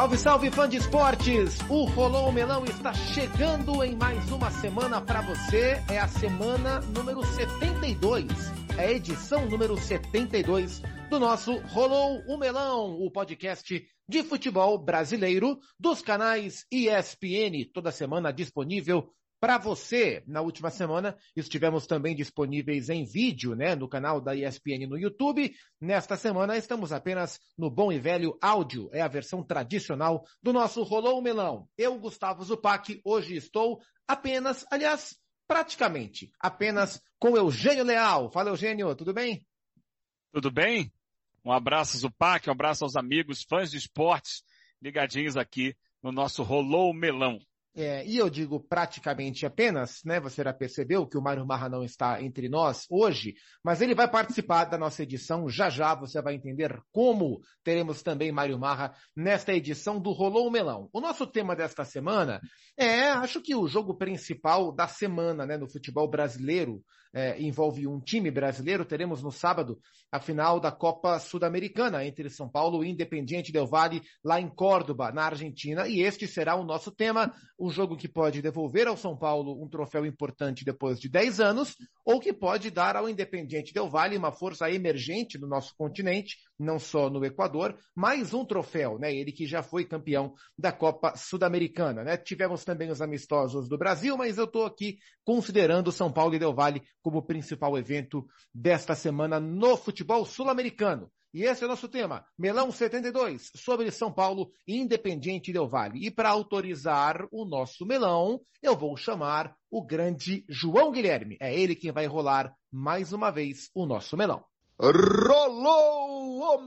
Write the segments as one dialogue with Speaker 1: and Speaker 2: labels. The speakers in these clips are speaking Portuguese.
Speaker 1: Salve, salve, fã de esportes! O Rolou o Melão está chegando em mais uma semana para você. É a semana número 72, é a edição número 72 do nosso Rolou o Melão, o podcast de futebol brasileiro dos canais ESPN, toda semana disponível para você. Na última semana estivemos também disponíveis em vídeo, no canal da ESPN no YouTube. Nesta semana estamos apenas no bom e velho áudio, é a versão tradicional do nosso Rolou o Melão. Eu, Gustavo Zupac, hoje estou praticamente apenas com Eugênio Leal. Fala, Eugênio, tudo bem?
Speaker 2: Tudo bem? Um abraço, Zupac, um abraço aos amigos, fãs de esportes, ligadinhos aqui no nosso Rolou o Melão.
Speaker 1: E eu digo praticamente apenas, Você já percebeu que o Mário Marra não está entre nós hoje, mas ele vai participar da nossa edição. Já você vai entender como teremos também Mário Marra nesta edição do Rolou o Melão. O nosso tema desta semana acho que o jogo principal da semana, no futebol brasileiro, envolve um time brasileiro. Teremos no sábado a final da Copa Sul-Americana entre São Paulo e Independiente Del Valle, lá em Córdoba, na Argentina, e este será o nosso tema. Um jogo que pode devolver ao São Paulo um troféu importante depois de 10 anos, ou que pode dar ao Independiente Del Valle uma força emergente no nosso continente, não só no Equador, mais um troféu, Ele que já foi campeão da Copa Sul-Americana, Tivemos também os amistosos do Brasil, mas eu estou aqui considerando São Paulo e Del Valle como o principal evento desta semana no futebol sul-americano. E esse é o nosso tema, Melão 72, sobre São Paulo e Independiente Del Valle. E para autorizar o nosso melão, eu vou chamar o grande João Guilherme. É ele quem vai rolar mais uma vez o nosso melão.
Speaker 3: Rolou o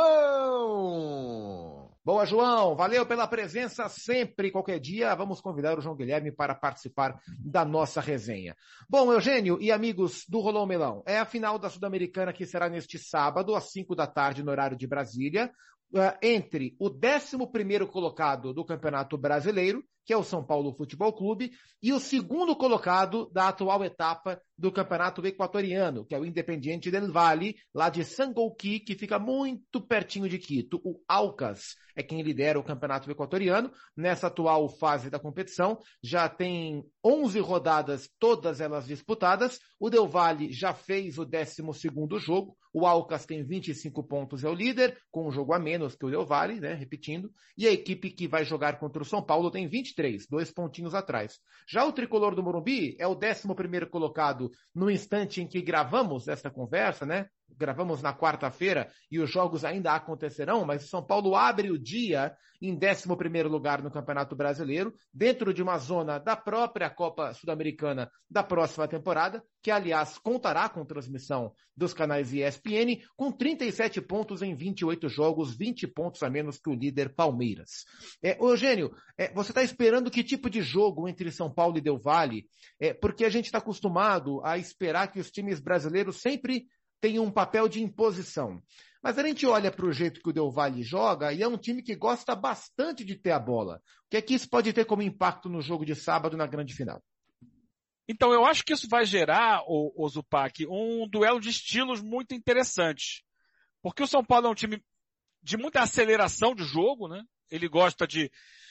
Speaker 3: melão!
Speaker 1: Boa, João. Valeu pela presença sempre. Qualquer dia vamos convidar o João Guilherme para participar da nossa resenha. Bom, Eugênio e amigos do Rolou o Melão, é a final da Sul-Americana que será neste sábado, às 5 da tarde, no horário de Brasília, entre o 11º colocado do Campeonato Brasileiro, que é o São Paulo Futebol Clube, e o segundo colocado da atual etapa do Campeonato Equatoriano, que é o Independiente del Valle, lá de Sangolquí, que fica muito pertinho de Quito. O Aucas é quem lidera o Campeonato Equatoriano. Nessa atual fase da competição, já tem 11 rodadas, todas elas disputadas. O Del Valle já fez o 12º jogo. O Aucas tem 25 pontos, é o líder, com um jogo a menos que o Del Valle, repetindo. E a equipe que vai jogar contra o São Paulo tem 23, 2 pontinhos atrás. Já o Tricolor do Morumbi é o 11º colocado no instante em que gravamos esta conversa, Gravamos na quarta-feira e os jogos ainda acontecerão, mas o São Paulo abre o dia em 11º lugar no Campeonato Brasileiro, dentro de uma zona da própria Copa Sul-Americana da próxima temporada, que aliás contará com transmissão dos canais ESPN, com 37 pontos em 28 jogos, 20 pontos a menos que o líder Palmeiras. Eugênio, você está esperando que tipo de jogo entre São Paulo e Del Valle? Porque a gente está acostumado a esperar que os times brasileiros sempre tem um papel de imposição. Mas a gente olha para o jeito que o Del Valle joga e é um time que gosta bastante de ter a bola. O que é que isso pode ter como impacto no jogo de sábado na grande final?
Speaker 2: Então, eu acho que isso vai gerar, o Zupac, um duelo de estilos muito interessante. Porque o São Paulo é um time de muita aceleração de jogo, Ele gosta de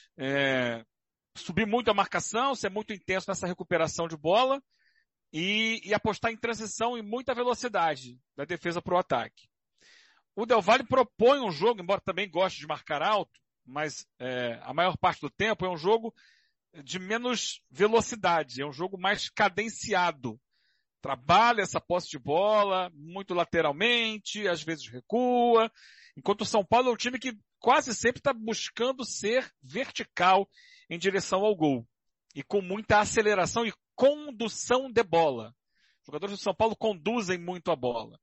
Speaker 2: subir muito a marcação, ser muito intenso nessa recuperação de bola, e apostar em transição e muita velocidade da defesa para o ataque. O Del Valle propõe um jogo, embora também goste de marcar alto, mas a maior parte do tempo é um jogo de menos velocidade, é um jogo mais cadenciado. Trabalha essa posse de bola, muito lateralmente, às vezes recua, enquanto o São Paulo é um time que quase sempre está buscando ser vertical em direção ao gol, e com muita aceleração e condução de bola. Os jogadores do São Paulo conduzem muito a bola.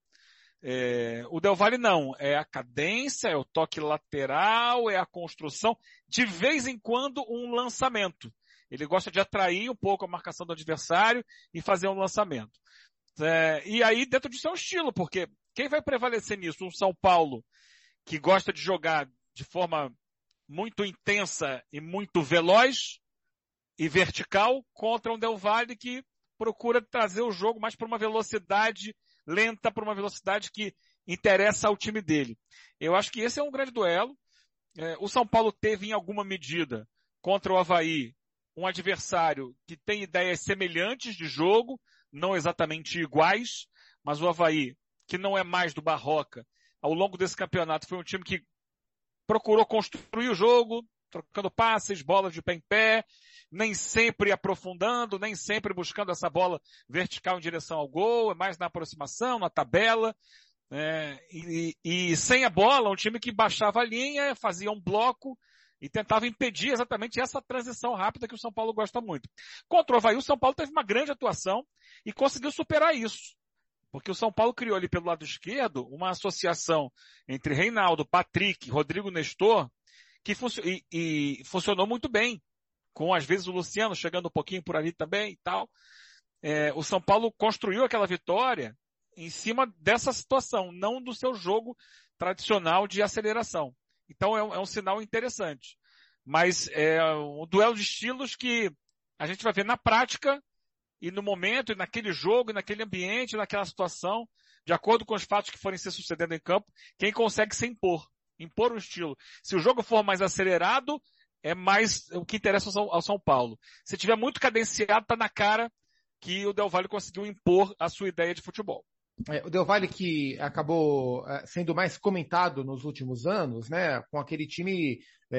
Speaker 2: O Del Valle não. É a cadência, é o toque lateral, é a construção. De vez em quando, um lançamento. Ele gosta de atrair um pouco a marcação do adversário e fazer um lançamento. E aí, dentro do seu estilo, porque quem vai prevalecer nisso? Um São Paulo que gosta de jogar de forma muito intensa e muito veloz e vertical, contra um Del Valle que procura trazer o jogo mais para uma velocidade lenta, para uma velocidade que interessa ao time dele. Eu acho que esse é um grande duelo. o São Paulo teve em alguma medida contra o Avaí um adversário que tem ideias semelhantes de jogo, não exatamente iguais, mas o Avaí, que não é mais do Barroca, ao longo desse campeonato foi um time que procurou construir o jogo, trocando passes, bolas de pé em pé, nem sempre aprofundando, nem sempre buscando essa bola vertical em direção ao gol, é mais na aproximação, na tabela, e sem a bola, um time que baixava a linha, fazia um bloco e tentava impedir exatamente essa transição rápida que o São Paulo gosta muito. Contra o Avaí, o São Paulo teve uma grande atuação e conseguiu superar isso. Porque o São Paulo criou ali pelo lado esquerdo uma associação entre Reinaldo, Patrick, Rodrigo Nestor, que funcionou muito bem. Com, às vezes, o Luciano chegando um pouquinho por ali também e tal. O São Paulo construiu aquela vitória em cima dessa situação, não do seu jogo tradicional de aceleração. Então é um sinal interessante. Mas é um duelo de estilos que a gente vai ver na prática e no momento, e naquele jogo, e naquele ambiente, naquela situação, de acordo com os fatos que forem se sucedendo em campo, quem consegue se impor um estilo. Se o jogo for mais acelerado, é mais o que interessa ao São Paulo. Se tiver muito cadenciado, tá na cara que o Del Valle conseguiu impor a sua ideia de futebol.
Speaker 1: O Del Valle que acabou sendo mais comentado nos últimos anos, né, com aquele time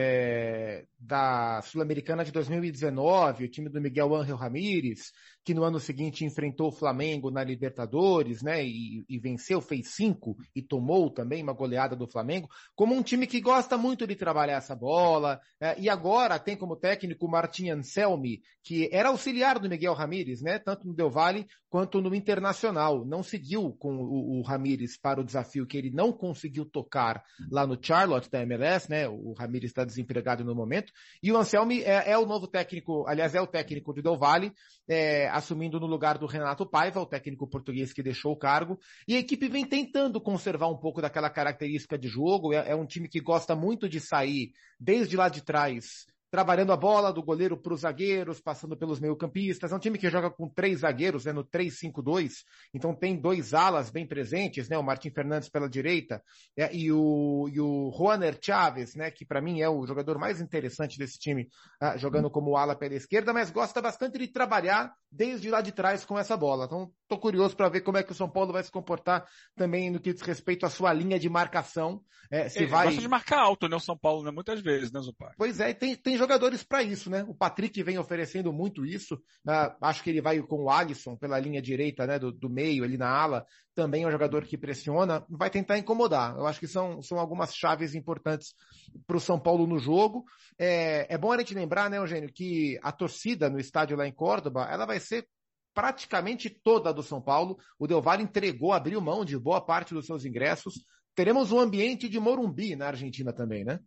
Speaker 1: da Sul-Americana de 2019, o time do Miguel Ángel Ramírez, que no ano seguinte enfrentou o Flamengo na Libertadores, né, e venceu, fez 5 e tomou também uma goleada do Flamengo, como um time que gosta muito de trabalhar essa bola, e agora tem como técnico o Martin Anselmi, que era auxiliar do Miguel Ramírez, né, tanto no Del Valle quanto no Internacional, não seguiu com o Ramírez para o desafio que ele não conseguiu tocar lá no Charlotte da MLS, né, o Ramírez está desempregado no momento, e o Anselmi é o novo técnico, aliás, é o técnico do Del Valle, assumindo no lugar do Renato Paiva, o técnico português que deixou o cargo, e a equipe vem tentando conservar um pouco daquela característica de jogo, é um time que gosta muito de sair desde lá de trás, trabalhando a bola do goleiro para os zagueiros, passando pelos meio-campistas. É um time que joga com 3 zagueiros, né, no 3-5-2. Então tem 2 alas bem presentes, né, o Martim Fernandes pela direita e o Juaner Chaves, né, que para mim é o jogador mais interessante desse time, jogando como ala pela esquerda, mas gosta bastante de trabalhar desde lá de trás com essa bola. Então estou curioso para ver como é que o São Paulo vai se comportar também no que diz respeito à sua linha de marcação.
Speaker 2: Gosta de marcar alto, né, o São Paulo, né, muitas vezes, né, Zupar?
Speaker 1: Pois é, tem jogadores para isso, né? O Patrick vem oferecendo muito isso. Acho que ele vai com o Alisson pela linha direita, né? Do meio, ali na ala. Também é um jogador que pressiona. Vai tentar incomodar. Eu acho que são algumas chaves importantes para o São Paulo no jogo. É bom a gente lembrar, né, Eugênio, que a torcida no estádio lá em Córdoba, ela vai ser praticamente toda do São Paulo. O Del Valle abriu mão de boa parte dos seus ingressos. Teremos um ambiente de Morumbi na Argentina também, né?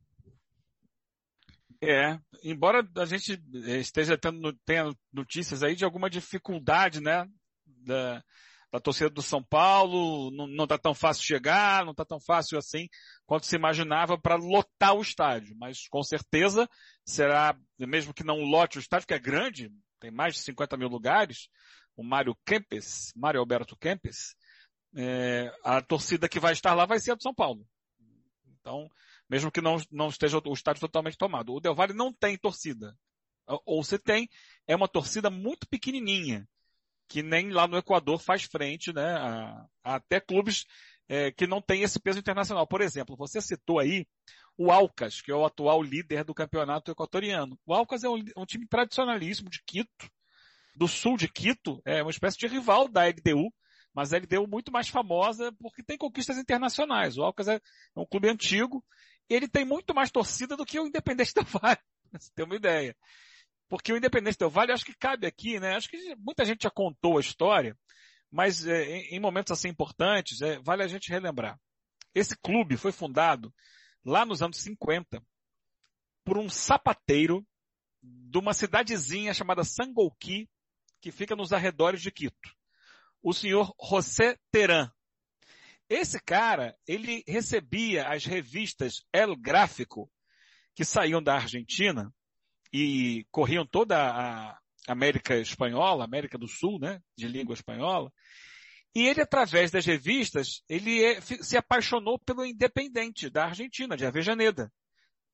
Speaker 2: Embora a gente esteja tendo notícias aí de alguma dificuldade, né, da torcida do São Paulo, não tá tão fácil chegar, não tá tão fácil assim quanto se imaginava para lotar o estádio, mas com certeza será, mesmo que não lote o estádio, que é grande, tem mais de 50 mil lugares, o Mário Alberto Kempes, a torcida que vai estar lá vai ser a do São Paulo. Então, mesmo que não esteja o estádio totalmente tomado. O Del Valle não tem torcida. Ou se tem, é uma torcida muito pequenininha, que nem lá no Equador faz frente, né, a até clubes que não têm esse peso internacional. Por exemplo, você citou aí o Aucas, que é o atual líder do campeonato equatoriano. O Aucas é um time tradicionalíssimo de Quito, do sul de Quito, é uma espécie de rival da LDU, mas a LDU muito mais famosa porque tem conquistas internacionais. O Aucas é um clube antigo, e ele tem muito mais torcida do que o Independente Del Valle, pra você ter uma ideia. Porque o Independente Del Valle, acho que cabe aqui, né? Acho que muita gente já contou a história, mas em momentos assim importantes, vale a gente relembrar. Esse clube foi fundado lá nos anos 50 por um sapateiro de uma cidadezinha chamada Sangolquí, que fica nos arredores de Quito. O senhor José Terán. Esse cara, ele recebia as revistas El Gráfico, que saíam da Argentina e corriam toda a América Espanhola, América do Sul, né, de língua espanhola. E ele, através das revistas, ele se apaixonou pelo Independente da Argentina, de Avellaneda,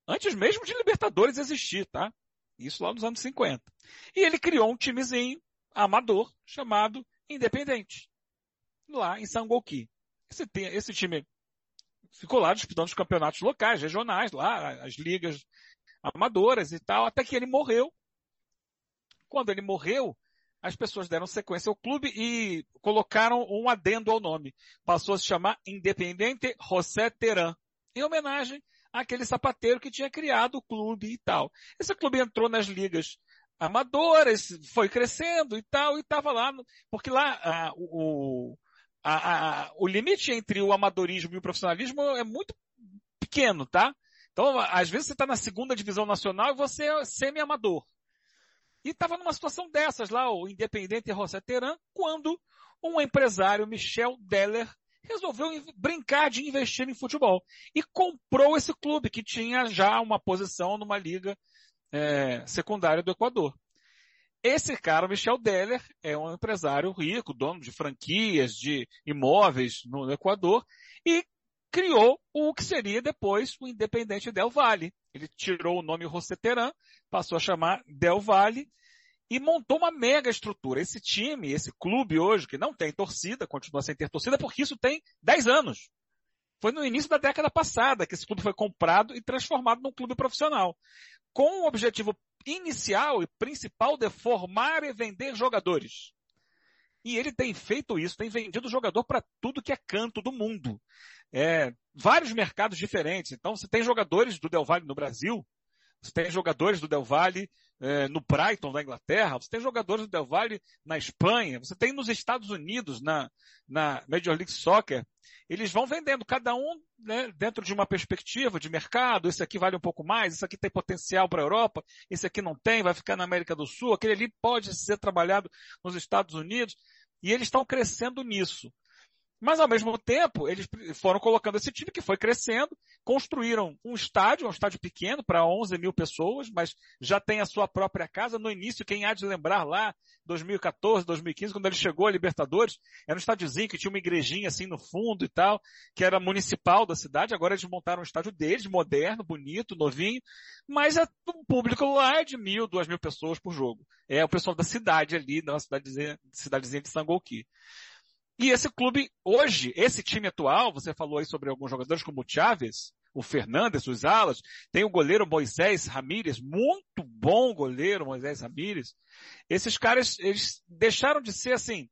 Speaker 2: Antes mesmo de Libertadores existir, tá? Isso lá nos anos 50. E ele criou um timezinho amador chamado Independente, lá em Sangolquí. Esse time ficou lá disputando os campeonatos locais, regionais, lá, as ligas amadoras e tal, até que ele morreu. Quando ele morreu, as pessoas deram sequência ao clube e colocaram um adendo ao nome. Passou a se chamar Independiente José Terán, em homenagem àquele sapateiro que tinha criado o clube e tal. Esse clube entrou nas ligas amadoras, foi crescendo e tal, e estava lá, porque lá o limite entre o amadorismo e o profissionalismo é muito pequeno, tá? Então, às vezes você está na segunda divisão nacional e você é semi-amador. E estava numa situação dessas lá, o Independente José Terán, quando um empresário, Michel Deller, resolveu brincar de investir em futebol. E comprou esse clube, que tinha já uma posição numa liga secundária do Equador. Esse cara, Michel Deller, é um empresário rico, dono de franquias, de imóveis no Equador, e criou o que seria depois o Independente Del Valle. Ele tirou o nome José Terán, passou a chamar Del Valle, e montou uma mega estrutura. Esse time, esse clube hoje, que não tem torcida, continua sem ter torcida, porque isso tem 10 anos. Foi no início da década passada que esse clube foi comprado e transformado num clube profissional, com o objetivo inicial e principal de formar e vender jogadores. E ele tem feito isso, tem vendido jogador para tudo que é canto do mundo. Vários mercados diferentes. Então, você tem jogadores do Del Valle no Brasil, você tem jogadores do Del Valle no Brighton da Inglaterra, você tem jogadores do Del Valle na Espanha, você tem nos Estados Unidos, na Major League Soccer. Eles vão vendendo, cada um, né, dentro de uma perspectiva de mercado. Esse aqui vale um pouco mais, esse aqui tem potencial para a Europa, esse aqui não tem, vai ficar na América do Sul, aquele ali pode ser trabalhado nos Estados Unidos, e eles estão crescendo nisso. Mas, ao mesmo tempo, eles foram colocando esse time que foi crescendo, construíram um estádio pequeno para 11 mil pessoas, mas já tem a sua própria casa. No início, quem há de lembrar lá, 2014, 2015, quando ele chegou a Libertadores, era um estádiozinho que tinha uma igrejinha assim no fundo e tal, que era municipal da cidade. Agora eles montaram um estádio deles, moderno, bonito, novinho, mas o público lá é de 1.000, 2.000 pessoas por jogo. É o pessoal da cidade ali, da cidadezinha de Sangolquí. E esse clube, hoje, esse time atual, você falou aí sobre alguns jogadores como o Chaves, o Fernandes, os alas, tem o goleiro Moisés Ramírez, muito bom goleiro Moisés Ramírez. Esses caras, eles deixaram de ser, assim,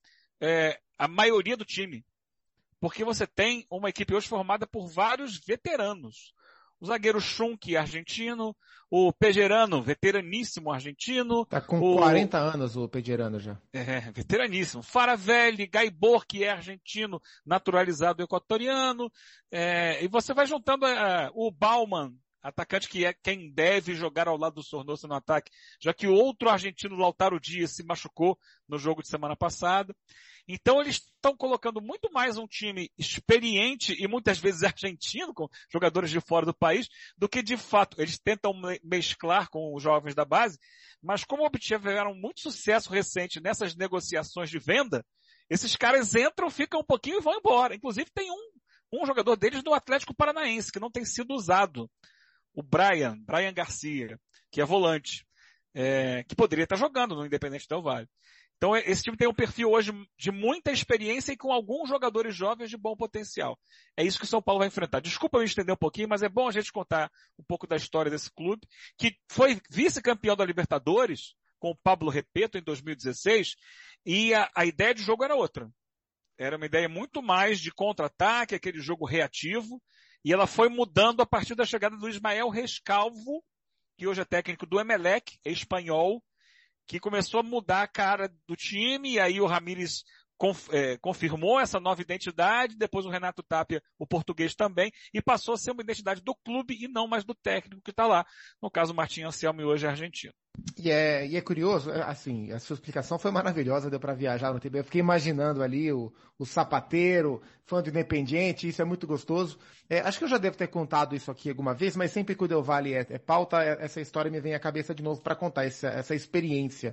Speaker 2: a maioria do time. Porque você tem uma equipe hoje formada por vários veteranos. O zagueiro Schunk, argentino, o Pejerano, veteraníssimo argentino.
Speaker 1: Tá com 40 anos o Pejerano já.
Speaker 2: Veteraníssimo. Faravelli, Gaibor, que é argentino, naturalizado equatoriano. E você vai juntando o Bauman, atacante que é quem deve jogar ao lado do Sornosa no ataque, já que o outro argentino, Lautaro Dias, se machucou no jogo de semana passada. Então eles estão colocando muito mais um time experiente e muitas vezes argentino, com jogadores de fora do país, do que de fato. Eles tentam mesclar com os jovens da base, mas como obtiveram muito sucesso recente nessas negociações de venda, esses caras entram, ficam um pouquinho e vão embora. Inclusive tem um jogador deles do Atlético Paranaense, que não tem sido usado. O Brian Garcia, que é volante, que poderia estar jogando no Independente Del Valle. Então esse time tem um perfil hoje de muita experiência e com alguns jogadores jovens de bom potencial. É isso que o São Paulo vai enfrentar. Desculpa eu estender um pouquinho, mas é bom a gente contar um pouco da história desse clube, que foi vice-campeão da Libertadores com o Pablo Repetto em 2016, e a ideia de jogo era outra. Era uma ideia muito mais de contra-ataque, aquele jogo reativo, e ela foi mudando a partir da chegada do Ismael Rescalvo, que hoje é técnico do Emelec, é espanhol, que começou a mudar a cara do time, e aí o Ramírez confirmou essa nova identidade, depois o Renato Tapia, o português também, e passou a ser uma identidade do clube e não mais do técnico que está lá. No caso, o Martim Anselmi hoje é argentino.
Speaker 1: E é curioso, assim, a sua explicação foi maravilhosa, deu para viajar no tempo. Eu fiquei imaginando ali o sapateiro, fã do Independiente, isso é muito gostoso. Acho que eu já devo ter contado isso aqui alguma vez, mas sempre que o Del Valle é pauta, essa história me vem à cabeça de novo para contar essa experiência.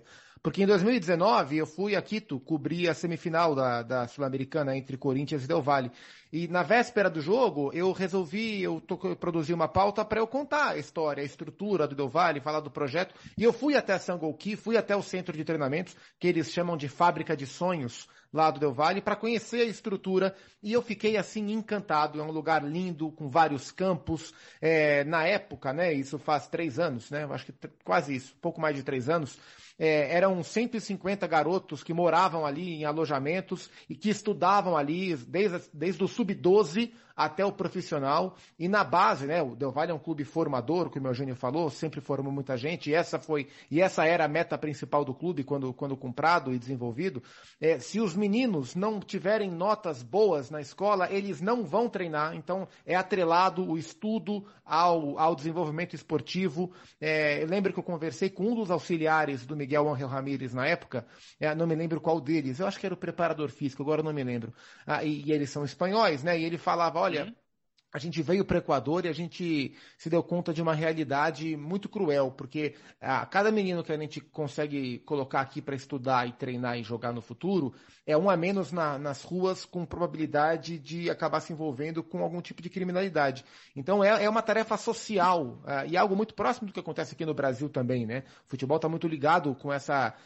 Speaker 1: Porque em 2019 eu fui a Quito cobrir a semifinal da Sul-Americana entre Corinthians e Del Valle. E na véspera do jogo, eu produzi uma pauta para eu contar a história, a estrutura do Del Valle, falar do projeto. E eu fui até Sangolquí, fui até o centro de treinamentos, que eles chamam de Fábrica de Sonhos, lá do Del Valle, para conhecer a estrutura. E eu fiquei assim encantado. É um lugar lindo, com vários campos. Na época, né, isso faz 3 anos, né, acho que quase isso, pouco mais de 3 anos, eram 150 garotos que moravam ali em alojamentos e que estudavam ali desde o sub-12 até o profissional. E na base, né, o Del Valle é um clube formador, como o Eugênio falou, sempre formou muita gente, e essa era a meta principal do clube quando comprado e desenvolvido. Se os meninos não tiverem notas boas na escola, eles não vão treinar. Então é atrelado o estudo ao desenvolvimento esportivo. Eu lembro que eu conversei com um dos auxiliares do Miguel Ángel Ramírez na época, não me lembro qual deles, eu acho que era o preparador físico, agora eu não me lembro. E eles são espanhóis, né? E ele falava, olha, a gente veio para o Equador e a gente se deu conta de uma realidade muito cruel, porque cada menino que a gente consegue colocar aqui para estudar e treinar e jogar no futuro é um a menos nas ruas com probabilidade de acabar se envolvendo com algum tipo de criminalidade. Então é uma tarefa social e algo muito próximo do que acontece aqui no Brasil também, né? O futebol está muito ligado com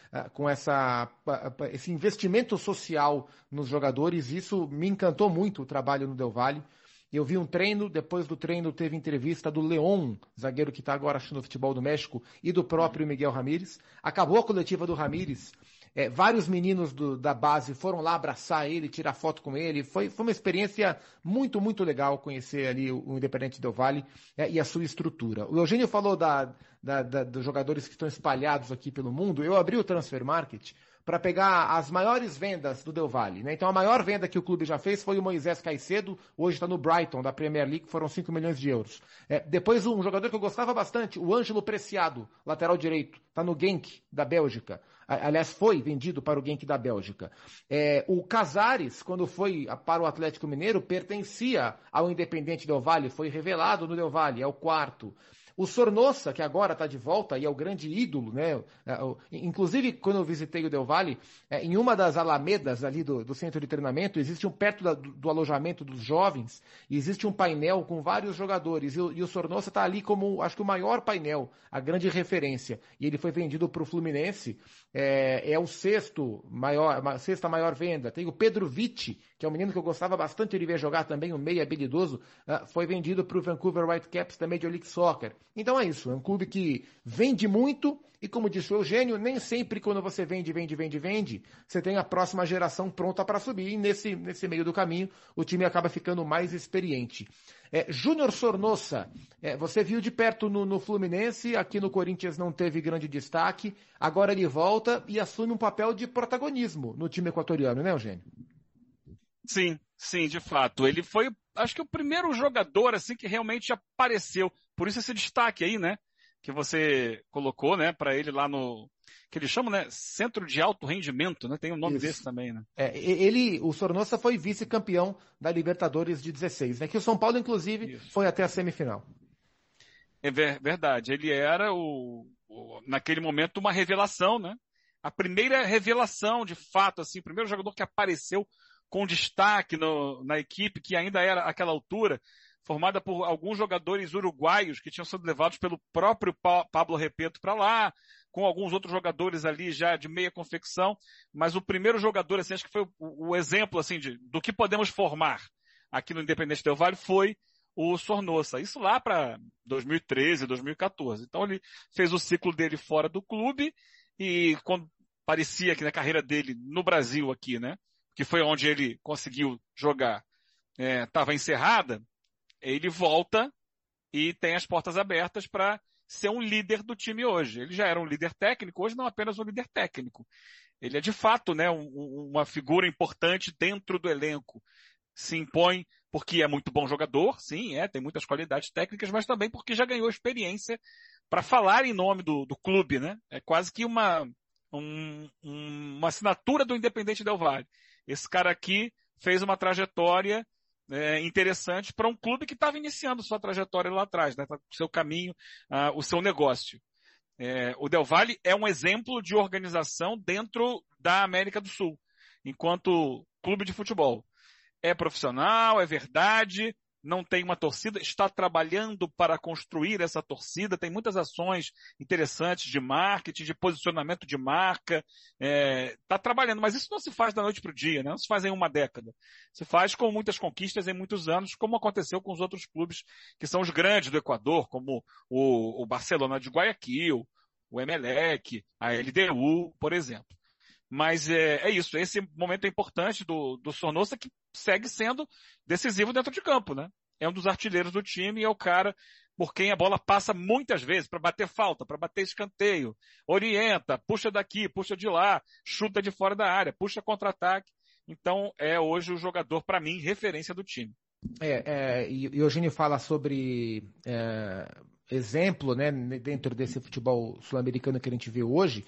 Speaker 1: esse investimento social nos jogadores. Isso me encantou muito, o trabalho no Del Valle. Eu vi um treino, depois do treino teve entrevista do León, zagueiro que está agora no futebol do México, e do próprio Miguel Ramírez. Acabou a coletiva do Ramírez. Vários meninos da base foram lá abraçar ele, tirar foto com ele. Foi uma experiência muito, muito legal conhecer ali o Independente Del Valle e a sua estrutura. O Eugênio falou dos jogadores que estão espalhados aqui pelo mundo. Eu abri o Transfer Market para pegar as maiores vendas do Del Valle, né? Então a maior venda que o clube já fez foi o Moisés Caicedo, hoje está no Brighton, da Premier League, foram 5 milhões de euros. Depois um jogador que eu gostava bastante, o Ângelo Preciado, lateral direito, está no Genk, da Bélgica. Aliás, foi vendido para o Genk da Bélgica. O Casares, quando foi para o Atlético Mineiro, pertencia ao Independente Del Valle, foi revelado no Del Valle, é o quarto. O Sornosa, que agora está de volta e é o grande ídolo, né? Inclusive, quando eu visitei o Del Valle, em uma das alamedas ali do centro de treinamento, existe perto do alojamento dos jovens, existe um painel com vários jogadores, e o Sornosa está ali como, acho que o maior painel, a grande referência. E ele foi vendido para o Fluminense, é o sexta maior venda. Tem o Pedro Vitti, que é um menino que eu gostava bastante de ver jogar também, um meio habilidoso, foi vendido para o Vancouver Whitecaps da Major League Soccer. Então é isso, é um clube que vende muito e, como disse o Eugênio, nem sempre quando você vende, você tem a próxima geração pronta para subir, e nesse meio do caminho o time acaba ficando mais experiente. Júnior Sornosa, você viu de perto no Fluminense, aqui no Corinthians não teve grande destaque, agora ele volta e assume um papel de protagonismo no time equatoriano, né, Eugênio?
Speaker 2: Sim, de fato. Ele foi, acho que o primeiro jogador assim que realmente apareceu. Por isso esse destaque aí, né? Que você colocou, né? Para ele lá que eles chamam, né? Centro de alto rendimento, né? Tem um nome desse também, né?
Speaker 1: O Sornosa foi vice-campeão da Libertadores de 16, né? Que o São Paulo, inclusive, foi até a semifinal.
Speaker 2: É verdade. Ele era naquele momento uma revelação, né? A primeira revelação, de fato, assim, o primeiro jogador que apareceu com destaque na equipe, que ainda era àquela altura, formada por alguns jogadores uruguaios que tinham sido levados pelo próprio Pablo Repeto para lá, com alguns outros jogadores ali já de meia confecção, mas o primeiro jogador, assim, acho que foi o exemplo, assim, do que podemos formar aqui no Independente Del Valle foi o Sornosa. Isso lá para 2013, 2014. Então ele fez o ciclo dele fora do clube e quando parecia que na carreira dele no Brasil aqui, né, que foi onde ele conseguiu jogar, estava encerrada, ele volta e tem as portas abertas para ser um líder do time hoje. Ele já era um líder técnico, hoje não apenas um líder técnico. Ele é de fato, né, uma figura importante dentro do elenco. Se impõe porque é muito bom jogador, sim, tem muitas qualidades técnicas, mas também porque já ganhou experiência para falar em nome do clube, né? É quase que uma assinatura do Independente Del Valle. Esse cara aqui fez uma trajetória interessante para um clube que estava iniciando sua trajetória lá atrás, né? O seu caminho, o seu negócio. O Del Valle é um exemplo de organização dentro da América do Sul, enquanto clube de futebol. É profissional, é verdade, não tem uma torcida, está trabalhando para construir essa torcida, tem muitas ações interessantes de marketing, de posicionamento de marca, está trabalhando, mas isso não se faz da noite para o dia, né? Não se faz em uma década. Se faz com muitas conquistas em muitos anos, como aconteceu com os outros clubes que são os grandes do Equador, como o Barcelona de Guayaquil, o Emelec, a LDU, por exemplo. Mas é isso, esse momento é importante do Sornosa, que segue sendo decisivo dentro de campo, né? É um dos artilheiros do time e é o cara por quem a bola passa muitas vezes para bater falta, para bater escanteio, orienta, puxa daqui, puxa de lá, chuta de fora da área, puxa contra-ataque. Então é hoje o jogador, para mim, referência do time.
Speaker 1: E o Eugênio fala sobre exemplo, né, dentro desse futebol sul-americano que a gente vê hoje,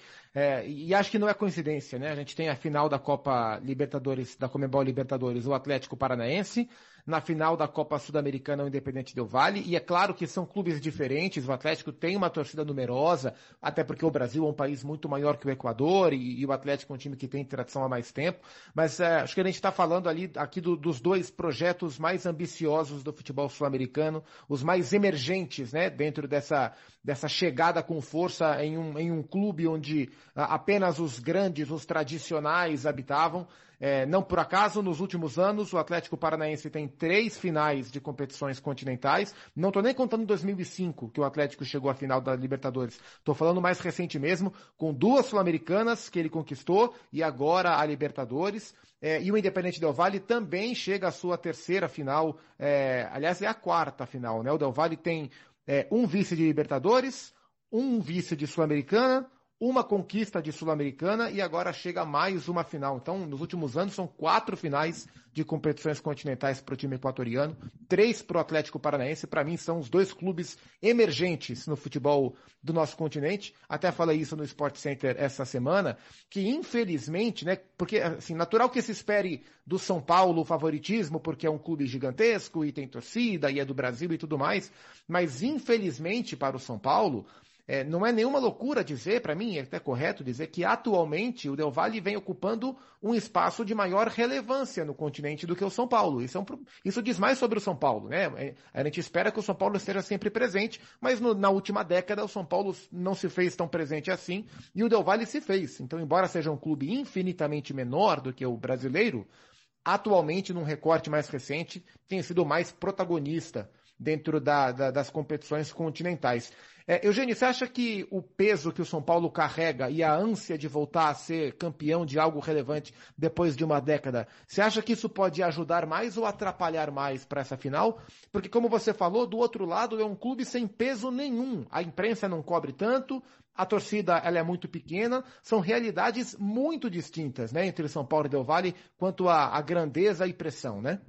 Speaker 1: e acho que não é coincidência, né? A gente tem a final da Copa Libertadores, da Conmebol Libertadores, o Atlético Paranaense, na final da Copa Sul-Americana, o Independente Del Valle, e é claro que são clubes diferentes, o Atlético tem uma torcida numerosa, até porque o Brasil é um país muito maior que o Equador, e o Atlético é um time que tem tradição há mais tempo, mas acho que a gente está falando aqui dos dois projetos mais ambiciosos do futebol sul-americano, os mais emergentes, né, dentro dessa chegada com força em um clube onde apenas os grandes, os tradicionais habitavam. Não por acaso, nos últimos anos, o Atlético Paranaense tem 3 finais de competições continentais. Não estou nem contando 2005, que o Atlético chegou à final da Libertadores. Estou falando mais recente mesmo, com 2 Sul-Americanas que ele conquistou e agora a Libertadores. E o Independente Del Valle também chega à sua 3ª final. Aliás, é a 4ª final, né? O Del Valle tem um vice de Libertadores, um vice de Sul-Americana, uma conquista de Sul-Americana e agora chega mais uma final. Então, nos últimos anos, são 4 finais de competições continentais para o time equatoriano, 3 para o Atlético Paranaense. Para mim, são os 2 clubes emergentes no futebol do nosso continente. Até falei isso no Sport Center essa semana, que infelizmente, né, porque assim, natural que se espere do São Paulo o favoritismo, porque é um clube gigantesco e tem torcida e é do Brasil e tudo mais, mas infelizmente para o São Paulo, não é nenhuma loucura dizer, para mim, é até correto dizer que atualmente o Del Valle vem ocupando um espaço de maior relevância no continente do que o São Paulo. Isso diz mais sobre o São Paulo, né? A gente espera que o São Paulo esteja sempre presente, mas na última década o São Paulo não se fez tão presente assim e o Del Valle se fez. Então, embora seja um clube infinitamente menor do que o brasileiro, atualmente, num recorte mais recente, tem sido mais protagonista dentro das competições continentais. Eugênio, você acha que o peso que o São Paulo carrega e a ânsia de voltar a ser campeão de algo relevante depois de uma década, você acha que isso pode ajudar mais ou atrapalhar mais para essa final? Porque, como você falou, do outro lado é um clube sem peso nenhum. A imprensa não cobre tanto, a torcida ela é muito pequena, são realidades muito distintas, né, entre São Paulo e Del Valle quanto à grandeza e pressão, né?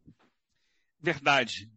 Speaker 2: Verdade.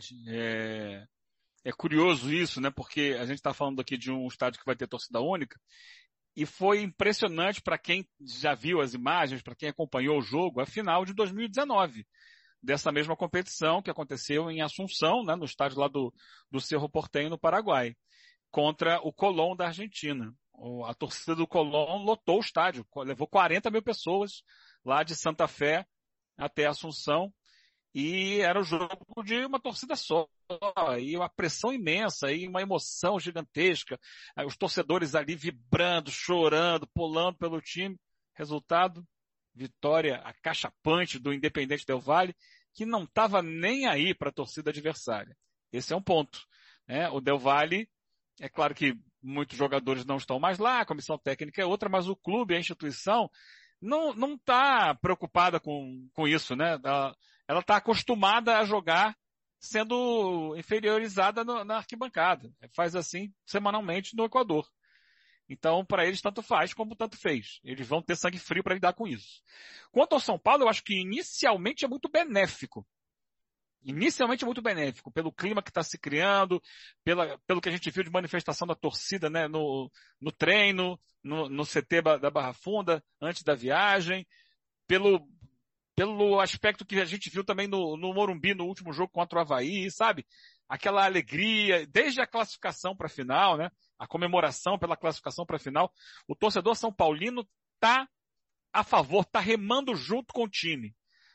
Speaker 2: É curioso isso, né? Porque a gente está falando aqui de um estádio que vai ter torcida única e foi impressionante para quem já viu as imagens, para quem acompanhou o jogo, a final de 2019 dessa mesma competição que aconteceu em Assunção, né? No estádio lá do Cerro Porteño, no Paraguai, contra o Colón da Argentina. A torcida do Colón lotou o estádio, levou 40 mil pessoas lá de Santa Fé até Assunção. E era o jogo de uma torcida só, e uma pressão imensa, e uma emoção gigantesca, os torcedores ali vibrando, chorando, pulando pelo time. Resultado, vitória acachapante do Independente Del Valle, que não estava nem aí para a torcida adversária. Esse é um ponto, né? O Del Valle, é claro que muitos jogadores não estão mais lá, a comissão técnica é outra, mas o clube, a instituição, não está preocupada com isso, né? Ela está acostumada a jogar sendo inferiorizada na arquibancada. Faz assim semanalmente no Equador. Então, para eles, tanto faz como tanto fez. Eles vão ter sangue frio para lidar com isso. Quanto ao São Paulo, eu acho que inicialmente é muito benéfico. Inicialmente é muito benéfico, pelo clima que está se criando, pelo que a gente viu de manifestação da torcida, né, no treino, no CT da Barra Funda, antes da viagem, pelo aspecto que a gente viu também no Morumbi, no último jogo contra o Avaí, sabe? aquela alegria, desde a classificação para a final, né? A comemoração pela classificação para a final. O torcedor são paulino está a favor, está remando junto com o time.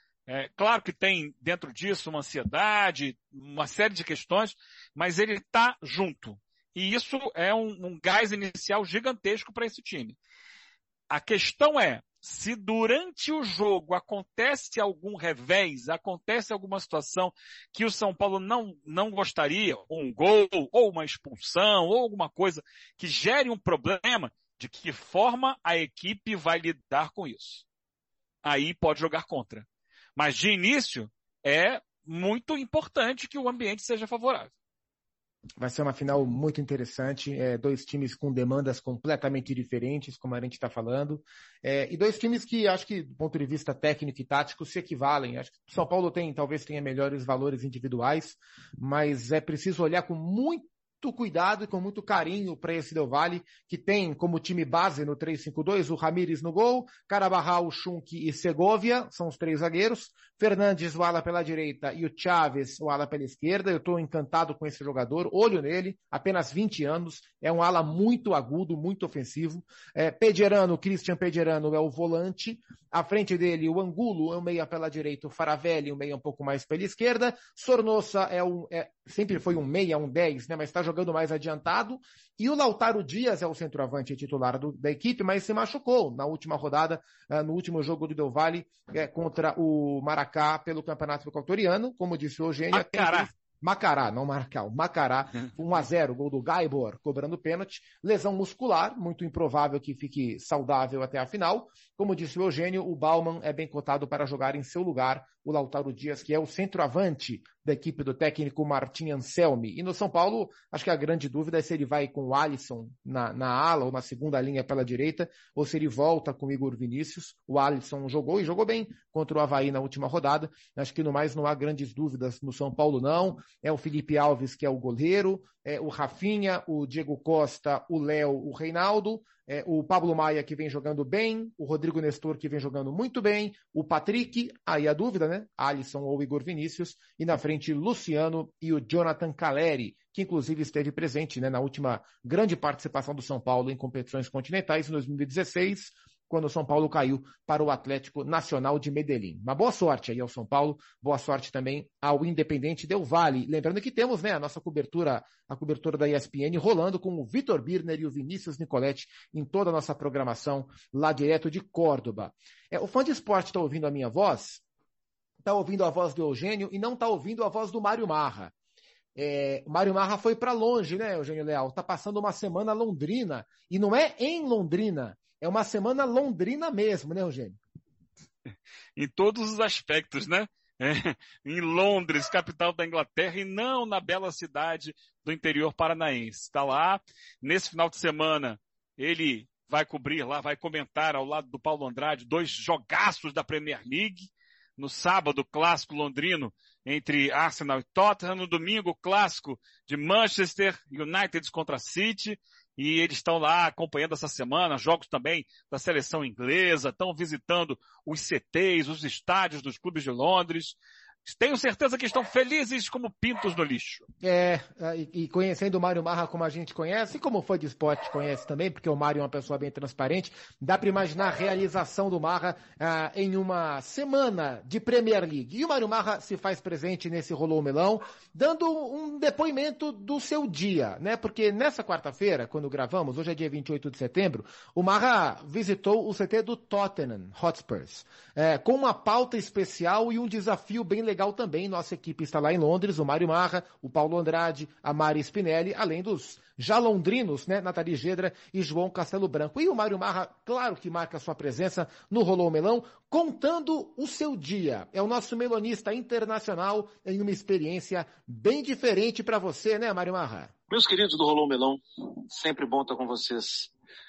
Speaker 2: Claro que tem dentro disso uma ansiedade, uma série de questões, mas ele está junto. E isso é um gás inicial gigantesco para esse time. A questão é, se durante o jogo acontece algum revés, acontece alguma situação que o São Paulo não gostaria, um gol, ou uma expulsão, ou alguma coisa que gere um problema, de que forma a equipe vai lidar com isso? Aí pode jogar contra. Mas de início, é muito importante que o ambiente seja favorável.
Speaker 1: Vai ser uma final muito interessante, dois times com demandas completamente diferentes, como a gente está falando, e dois times que acho que, do ponto de vista técnico e tático, se equivalem. Acho que o São Paulo talvez tenha melhores valores individuais, mas é preciso olhar com muito cuidado e com muito carinho para esse Del Valle, que tem como time base no 3-5-2 o Ramírez no gol, Carabarral, Schunk e Segovia, são os três zagueiros, Fernandes, o ala pela direita, e o Chaves, o ala pela esquerda. Eu estou encantado com esse jogador, olho nele, apenas 20 anos, é um ala muito agudo, muito ofensivo. Christian Pederano é o volante, à frente dele o Angulo, é o meia pela direita, o Faravelli, o meia um pouco mais pela esquerda, Sornosa sempre foi um meia, um 10, né, mas está jogando mais adiantado, e o Lautaro Dias é o centroavante titular da equipe, mas se machucou na última rodada, no último jogo do Del Valle, contra o Maracá pelo Campeonato Equatoriano, como disse o Eugênio. Macará, não Maracá, o Macará, 1-0, gol do Gaibor, cobrando pênalti, lesão muscular, muito improvável que fique saudável até a final. Como disse o Eugênio, o Baumann é bem cotado para jogar em seu lugar o Lautaro Dias, que é o centroavante da equipe do técnico Martim Anselmi. E no São Paulo, acho que a grande dúvida é se ele vai com o Alisson na ala ou na segunda linha pela direita, ou se ele volta com o Igor Vinícius. O Alisson jogou e jogou bem contra o Avaí na última rodada. Acho que no mais não há grandes dúvidas no São Paulo, não. É o Felipe Alves, que é o goleiro, o Rafinha, o Diego Costa, o Léo, o Reinaldo, o Pablo Maia, que vem jogando bem, o Rodrigo Nestor, que vem jogando muito bem, o Patrick, aí a dúvida, né? Alisson ou Igor Vinícius, e na frente Luciano e o Jonathan Caleri, que inclusive esteve presente, né, na última grande participação do São Paulo em competições continentais em 2016, quando o São Paulo caiu para o Atlético Nacional de Medellín. Uma boa sorte aí ao São Paulo, boa sorte também ao Independente Del Valle. Lembrando que temos, né, a cobertura da ESPN rolando com o Vitor Birner e o Vinícius Nicoletti em toda a nossa programação lá direto de Córdoba. O fã de esporte está ouvindo a minha voz, está ouvindo a voz do Eugênio e não está ouvindo a voz do Mário Marra. O Mário Marra foi para longe, né, Eugênio Leal? Está passando uma semana londrina, e não é em Londrina, é uma semana londrina mesmo, né, Eugênio?
Speaker 2: Em todos os aspectos, né? Em Londres, capital da Inglaterra, e não na bela cidade do interior paranaense. Está lá, nesse final de semana, ele vai cobrir lá, vai comentar ao lado do Paulo Andrade 2 jogaços da Premier League. No sábado, clássico londrino entre Arsenal e Tottenham. No domingo, clássico de Manchester United contra City. E eles estão lá acompanhando essa semana, jogos também da seleção inglesa, estão visitando os CTs, os estádios dos clubes de Londres. Tenho certeza que estão felizes como pintos no lixo.
Speaker 1: E conhecendo o Mário Marra como a gente conhece, e como foi de esporte conhece também, porque o Mário é uma pessoa bem transparente, dá para imaginar a realização do Marra em uma semana de Premier League. E o Mário Marra se faz presente nesse Rolou o Melão, dando um depoimento do seu dia, né? Porque nessa quarta-feira, quando gravamos, hoje é dia 28 de setembro, o Marra visitou o CT do Tottenham Hotspurs, com uma pauta especial e um desafio bem legal também. Nossa equipe está lá em Londres, o Mário Marra, o Paulo Andrade, a Mari Spinelli, além dos já londrinos, né, Nathalie Gedra e João Castelo Branco. E o Mário Marra, claro que marca sua presença no Rolou o Melão, contando o seu dia. É o nosso melonista internacional em uma experiência bem diferente para você, né, Mário Marra?
Speaker 3: Meus queridos do Rolou o Melão, sempre bom estar com vocês.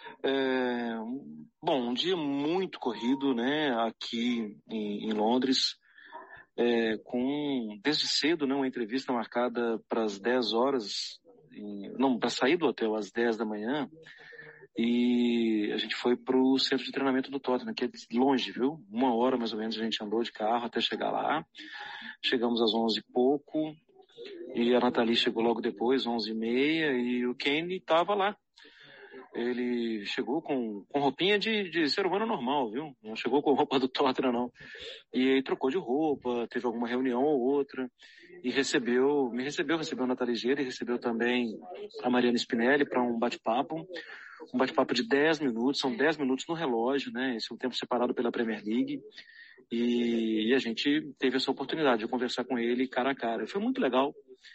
Speaker 3: Um dia muito corrido, né, aqui em Londres. Desde cedo, né, uma entrevista marcada para as 10 horas, para sair do hotel às 10 da manhã, e a gente foi para o centro de treinamento do Tottenham, que é longe, viu? 1 hora mais ou menos a gente andou de carro até chegar lá. Chegamos às 11 e pouco, e a Nathalie chegou logo depois, 11h30, e o Kane estava lá. Ele chegou com roupinha de ser humano normal, viu? Não chegou com roupa do Tottenham, não. E aí trocou de roupa, teve alguma reunião ou outra, e recebeu a Nathalie Gere, e recebeu também a Mariana Spinelli para um bate-papo de 10 minutos, são 10 minutos no relógio, né? Esse é um tempo separado pela Premier League, e a gente teve essa oportunidade de conversar com ele cara a cara. Foi muito legal.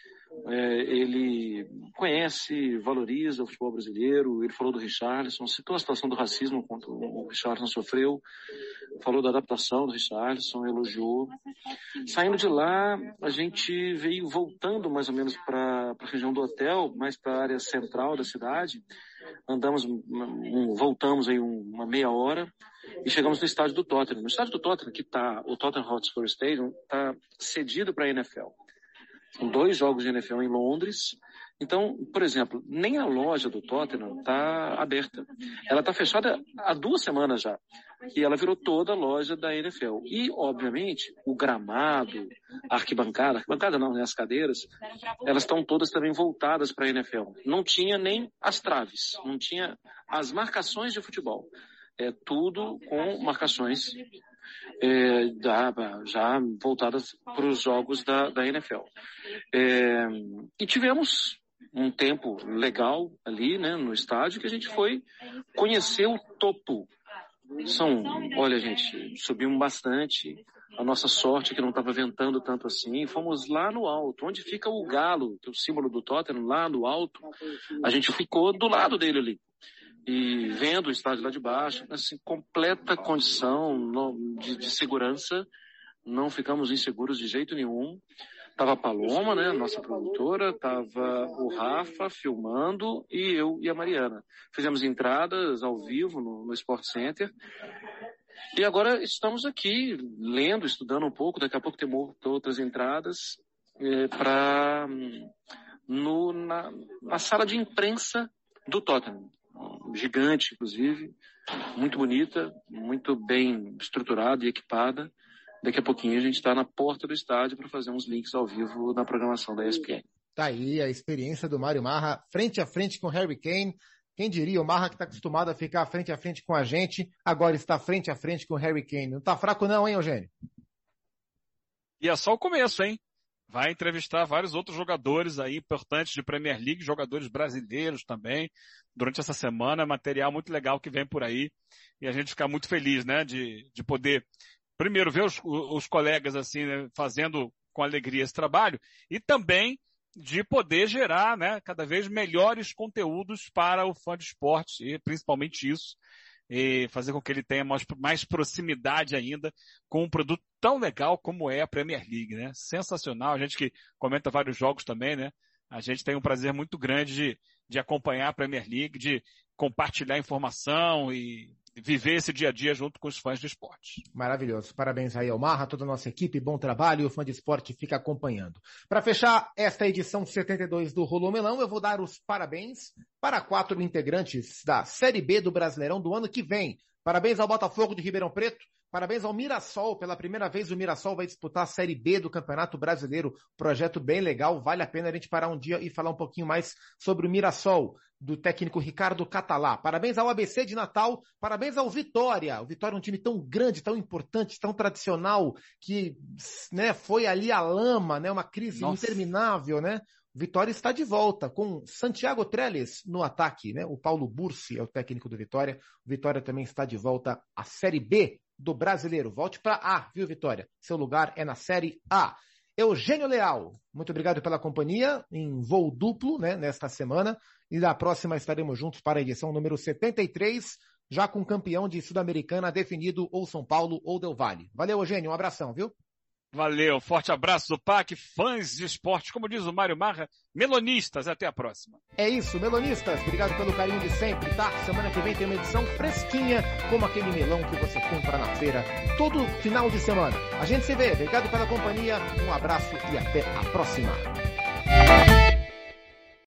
Speaker 3: Ele conhece, valoriza o futebol brasileiro, ele falou do Richarlison, citou a situação do racismo quanto o Richarlison sofreu, falou da adaptação do Richarlison, elogiou. Saindo de lá, a gente veio voltando mais ou menos para a região do hotel, mais para a área central da cidade. Voltamos aí uma meia hora e chegamos no estádio do Tottenham. No estádio do Tottenham, o Tottenham Hotspur Stadium, está cedido para a NFL. São 2 jogos de NFL em Londres. Então, por exemplo, nem a loja do Tottenham está aberta. Ela está fechada há 2 semanas já. E ela virou toda a loja da NFL. E, obviamente, o gramado, a arquibancada não, né, as cadeiras, elas estão todas também voltadas para a NFL. Não tinha nem as traves, não tinha as marcações de futebol. É tudo com marcações já voltadas para os jogos da NFL. E tivemos um tempo legal ali, né, no estádio, que a gente foi conhecer o topo. Olha, gente, subimos bastante. A nossa sorte é que não estava ventando tanto assim. Fomos lá no alto, onde fica o galo, que é o símbolo do Tottenham, lá no alto. A gente ficou do lado dele ali. E vendo o estádio lá de baixo, assim, completa condição de segurança, não ficamos inseguros de jeito nenhum. Tava a Paloma, né, nossa produtora, tava o Rafa filmando e eu e a Mariana. Fizemos entradas ao vivo no Sport Center. E agora estamos aqui lendo, estudando um pouco, daqui a pouco temos outras entradas na sala de imprensa do Tottenham. Gigante, inclusive, muito bonita, muito bem estruturada e equipada. Daqui a pouquinho a gente está na porta do estádio para fazer uns links ao vivo na programação da ESPN.
Speaker 1: Tá aí a experiência do Mário Marra, frente a frente com o Harry Kane. Quem diria, o Marra que está acostumado a ficar frente a frente com a gente, agora está frente a frente com o Harry Kane. Não tá fraco não, hein, Eugênio?
Speaker 2: E é só o começo, hein? Vai entrevistar vários outros jogadores aí importantes de Premier League, jogadores brasileiros também, durante essa semana. Material muito legal que vem por aí. E a gente fica muito feliz, né, de poder, primeiro, ver os colegas assim, né, fazendo com alegria esse trabalho, e também de poder gerar, né, cada vez melhores conteúdos para o fã de esportes, e principalmente isso, e fazer com que ele tenha mais proximidade ainda com um produto tão legal como é a Premier League, né? Sensacional. A gente que comenta vários jogos também, né? A gente tem um prazer muito grande de acompanhar a Premier League, de compartilhar informação e viver esse dia a dia junto com os fãs de esporte.
Speaker 1: Maravilhoso. Parabéns aí ao Marra, toda a nossa equipe, bom trabalho, e o fã de esporte fica acompanhando. Para fechar esta edição 72 do Rolô Melão, eu vou dar os parabéns para 4 integrantes da Série B do Brasileirão do ano que vem. Parabéns ao Botafogo de Ribeirão Preto. Parabéns ao Mirassol, pela primeira vez o Mirassol vai disputar a Série B do Campeonato Brasileiro, projeto bem legal, vale a pena a gente parar um dia e falar um pouquinho mais sobre o Mirassol, do técnico Ricardo Catalá. Parabéns ao ABC de Natal, parabéns ao Vitória. O Vitória é um time tão grande, tão importante, tão tradicional, que, né, foi ali a lama, né, uma crise interminável, né? O Vitória está de volta com Santiago Trellis no ataque, né? O Paulo Bursi é o técnico do Vitória. O Vitória também está de volta à Série B do Brasileiro. Volte para A, viu, Vitória? Seu lugar é na Série A. Eugênio Leal, muito obrigado pela companhia em voo duplo, né, nesta semana. E na próxima estaremos juntos para a edição número 73, já com campeão de Sul-Americana definido, ou São Paulo ou Del Valle. Valeu, Eugênio, um abração, viu?
Speaker 2: Valeu, forte abraço do PAC, fãs de esporte, como diz o Mário Marra, melonistas, até a próxima.
Speaker 1: É isso, melonistas, obrigado pelo carinho de sempre, tá? Semana que vem tem uma edição fresquinha, como aquele melão que você compra na feira, todo final de semana. A gente se vê, obrigado pela companhia, um abraço e até a próxima.